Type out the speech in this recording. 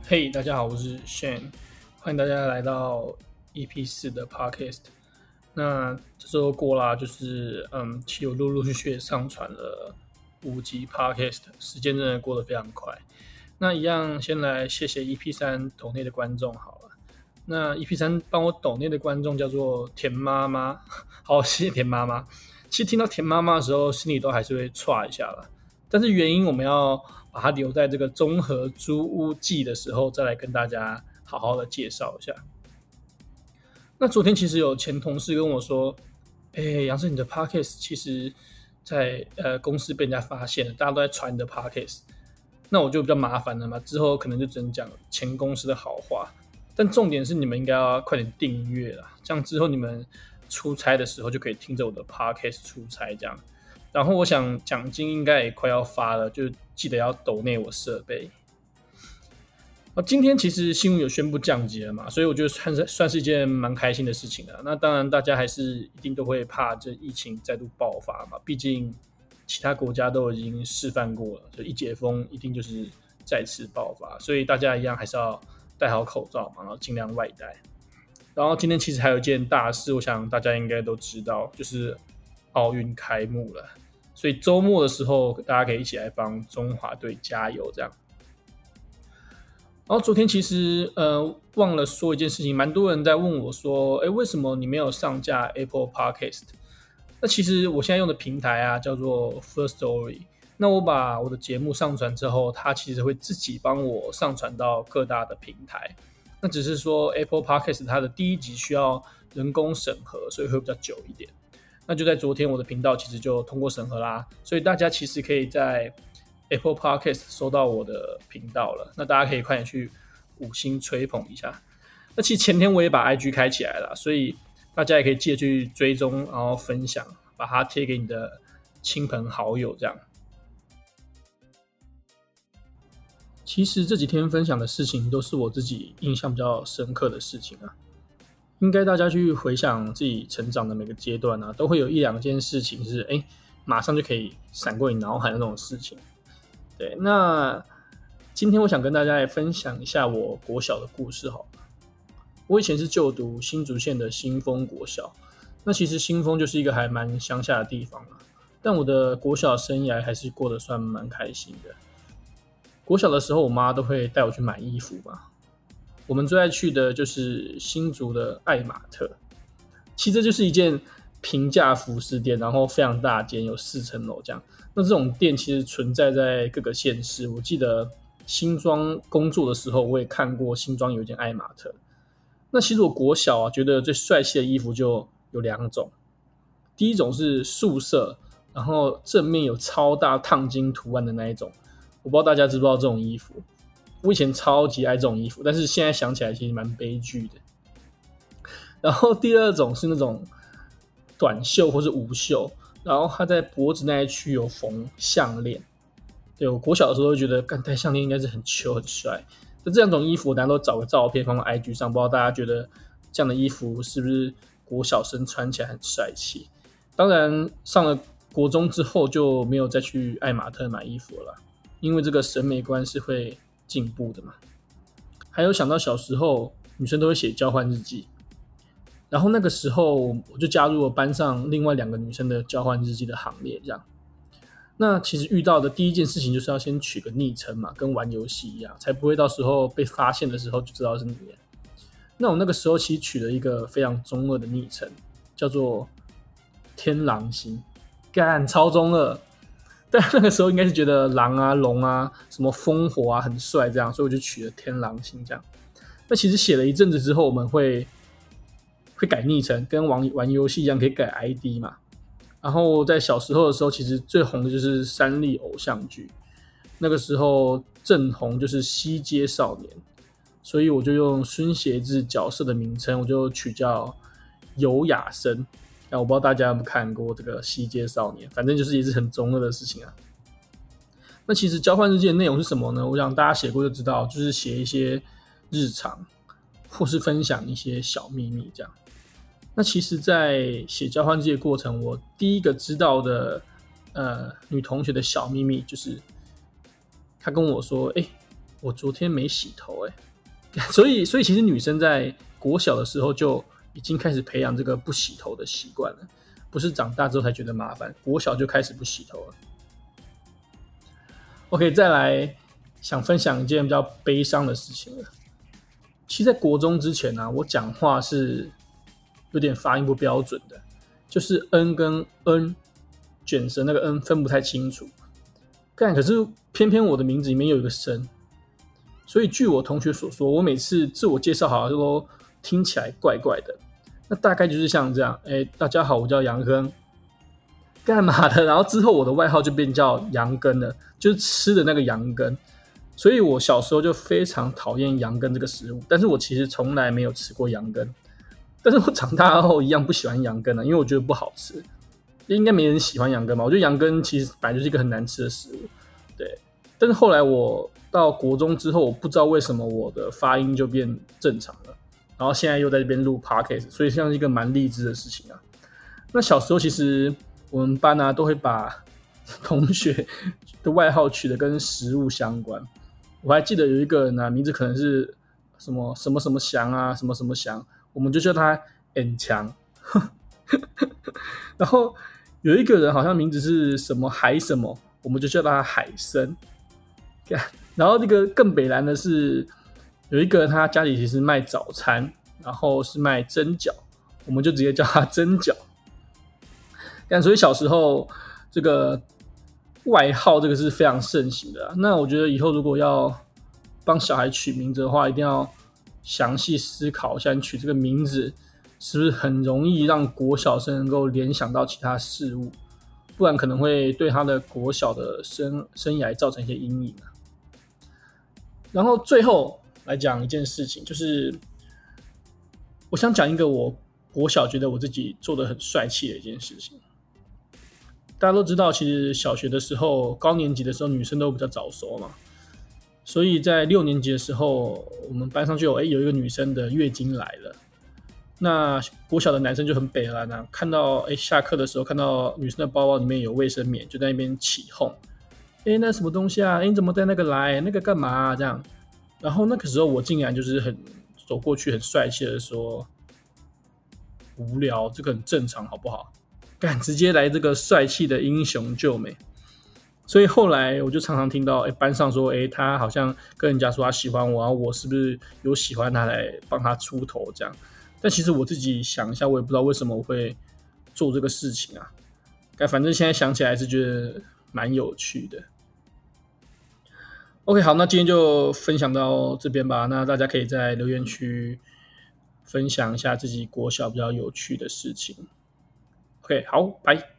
嘿，大家好，我是 Shane，欢迎大家来到 EP4的 Podcast。那这周过啦，其实我陆续上传了5集 Podcast，时间真的过得非常快。那一样先来谢谢 EP3抖内的观众好了。那 EP3帮我抖内的观众叫做田妈妈，好，谢谢田妈妈。其实听到田妈妈的时候，心里都还是会唰一下啦。但是原因我们要把它留在这个综合租屋季的时候，再来跟大家好好的介绍一下。那昨天其实有前同事跟我说，杨生你的 podcast 其实在公司被人家发现了，大家都在传你的 podcast， 那我就比较麻烦了嘛，之后可能就只能讲前公司的好话。但重点是你们应该要快点订阅啦，这样之后你们出差的时候就可以听着我的 podcast 出差这样。然后我想奖金应该也快要发了，就记得要抖内我设备。今天其实新闻有宣布降级了嘛，所以我觉得算是一件蛮开心的事情了。那当然大家还是一定都会怕这疫情再度爆发嘛，毕竟其他国家都已经示范过了，就一解封一定就是再次爆发，所以大家一样还是要戴好口罩嘛，然后尽量外带。然后今天其实还有一件大事，我想大家应该都知道，就是奥运开幕了。所以周末的时候，大家可以一起来帮中华队加油，这样。然后昨天其实忘了说一件事情，蛮多人在问我说，为什么你没有上架 Apple Podcast？ 那其实我现在用的平台啊叫做 First Story。那我把我的节目上传之后，它其实会自己帮我上传到各大的平台。那只是说 Apple Podcast 它的第一集需要人工审核，所以会比较久一点。那就在昨天，我的频道其实就通过审核啦，所以大家其实可以在 Apple Podcast 收到我的频道了。那大家可以快点去5星吹捧一下。那其实前天我也把 IG 开起来了，所以大家也可以记得去追踪，然后分享，把它贴给你的亲朋好友这样。其实这几天分享的事情都是我自己印象比较深刻的事情啊。应该大家去回想自己成长的每个阶段啊，都会有一两件事情是马上就可以闪过你脑海的那种事情。对，那今天我想跟大家来分享一下我国小的故事好了。我以前是就读新竹县的新丰国小，那其实新丰就是一个还蛮乡下的地方啦，但我的国小生涯还是过得算蛮开心的。国小的时候，我妈都会带我去买衣服嘛。我们最爱去的就是新竹的爱马特，其实这就是一件平价服饰店，然后非常大间，有4层楼这样。那这种店其实存在在各个县市，我记得新庄工作的时候，我也看过新庄有一间爱马特。那其实我国小啊，觉得最帅气的衣服就有2种，第一种是素色，然后正面有超大烫金图案的那一种，我不知道大家知不知道这种衣服。我以前超级爱这种衣服，但是现在想起来其实蛮悲剧的。然后第二种是那种短袖或是无袖，然后它在脖子那一区有缝项链。对，我国小的时候会觉得戴项链应该是很秋很帅。那这两种衣服我等下都找个照片放到 IG 上，不知道大家觉得这样的衣服是不是国小生穿起来很帅气？当然上了国中之后就没有再去爱马特买衣服了啦，因为这个审美观是会进步的嘛。还有想到小时候女生都会写交换日记，然后那个时候我就加入了班上另外2个女生的交换日记的行列这样。那其实遇到的第一件事情就是要先取个昵称嘛，跟玩游戏一样，才不会到时候被发现的时候就知道是你。那我那个时候其实取了一个非常中二的昵称，叫做天狼星，干超中二。但那个时候应该是觉得狼啊、龙啊、什么烽火啊很帅，这样，所以我就取了天狼星这样。那其实写了一阵子之后，我们会改昵称，跟玩游戏一样可以改 ID 嘛。然后在小时候的时候，其实最红的就是3立偶像剧，那个时候正红就是西街少年，所以我就用孙协志角色的名称，我就取叫尤雅生。我不知道大家有没有看过这个西街少年，反正就是也是很中二的事情啊。那其实交换日记的内容是什么呢？我想大家写过就知道，就是写一些日常，或是分享一些小秘密这样。那其实在写交换日记的过程，我第一个知道的女同学的小秘密就是她跟我说我昨天没洗头所以其实女生在国小的时候就已经开始培养这个不洗头的习惯了，不是长大之后才觉得麻烦，国小就开始不洗头了。OK， 再来想分享一件比较悲伤的事情了。其实在国中之前啊，我讲话是有点发音不标准的，就是 N 跟 N 卷舌那个 N 分不太清楚。可是偏偏我的名字里面有一个声，所以据我同学所说，我每次自我介绍好像都听起来怪怪的。那大概就是像这样，大家好，我叫杨根，干嘛的？然后之后我的外号就变叫杨根了，就是吃的那个羊根。所以我小时候就非常讨厌羊根这个食物，但是我其实从来没有吃过羊根。但是我长大后一样不喜欢羊根因为我觉得不好吃。应该没人喜欢羊根吧？我觉得羊根其实本来就是一个很难吃的食物，对。但是后来我到国中之后，我不知道为什么我的发音就变正常了，然后现在又在这边录 podcast， 所以像是一个蛮励志的事情啊。那小时候其实我们班啊都会把同学的外号取得跟食物相关。我还记得有一个人啊，名字可能是什么什么什么祥啊，什么什么祥，我们就叫他 N 强。然后有一个人好像名字是什么海什么，我们就叫他海参。然后那个更北蓝的是有一个人他家里其实卖早餐，然后是卖蒸饺，我们就直接叫他蒸饺。所以小时候这个外号这个是非常盛行的那我觉得以后如果要帮小孩取名字的话，一定要详细思考一下，你取这个名字是不是很容易让国小生能够联想到其他事物，不然可能会对他的国小的生涯造成一些阴影然后最后来讲一件事情，就是我想讲一个我国小觉得我自己做得很帅气的一件事情。大家都知道，其实小学的时候，高年级的时候，女生都比较早熟嘛，所以在6年级的时候，我们班上就有一个女生的月经来了。那国小的男生就很北蓝啊，看到下课的时候看到女生的包包里面有卫生棉，就在那边起哄，那什么东西啊？你怎么带那个来？那个干嘛啊？这样。然后那个时候我竟然就是很走过去，很帅气的说：“无聊，这个很正常，好不好？”直接来这个帅气的英雄救美。所以后来我就常常听到班上说他好像跟人家说他喜欢我，然后我是不是有喜欢他来帮他出头这样。但其实我自己想一下，我也不知道为什么我会做这个事情啊。反正现在想起来是觉得蛮有趣的。OK， 好，那今天就分享到这边吧。那大家可以在留言区分享一下自己国小比较有趣的事情。OK， 好，拜。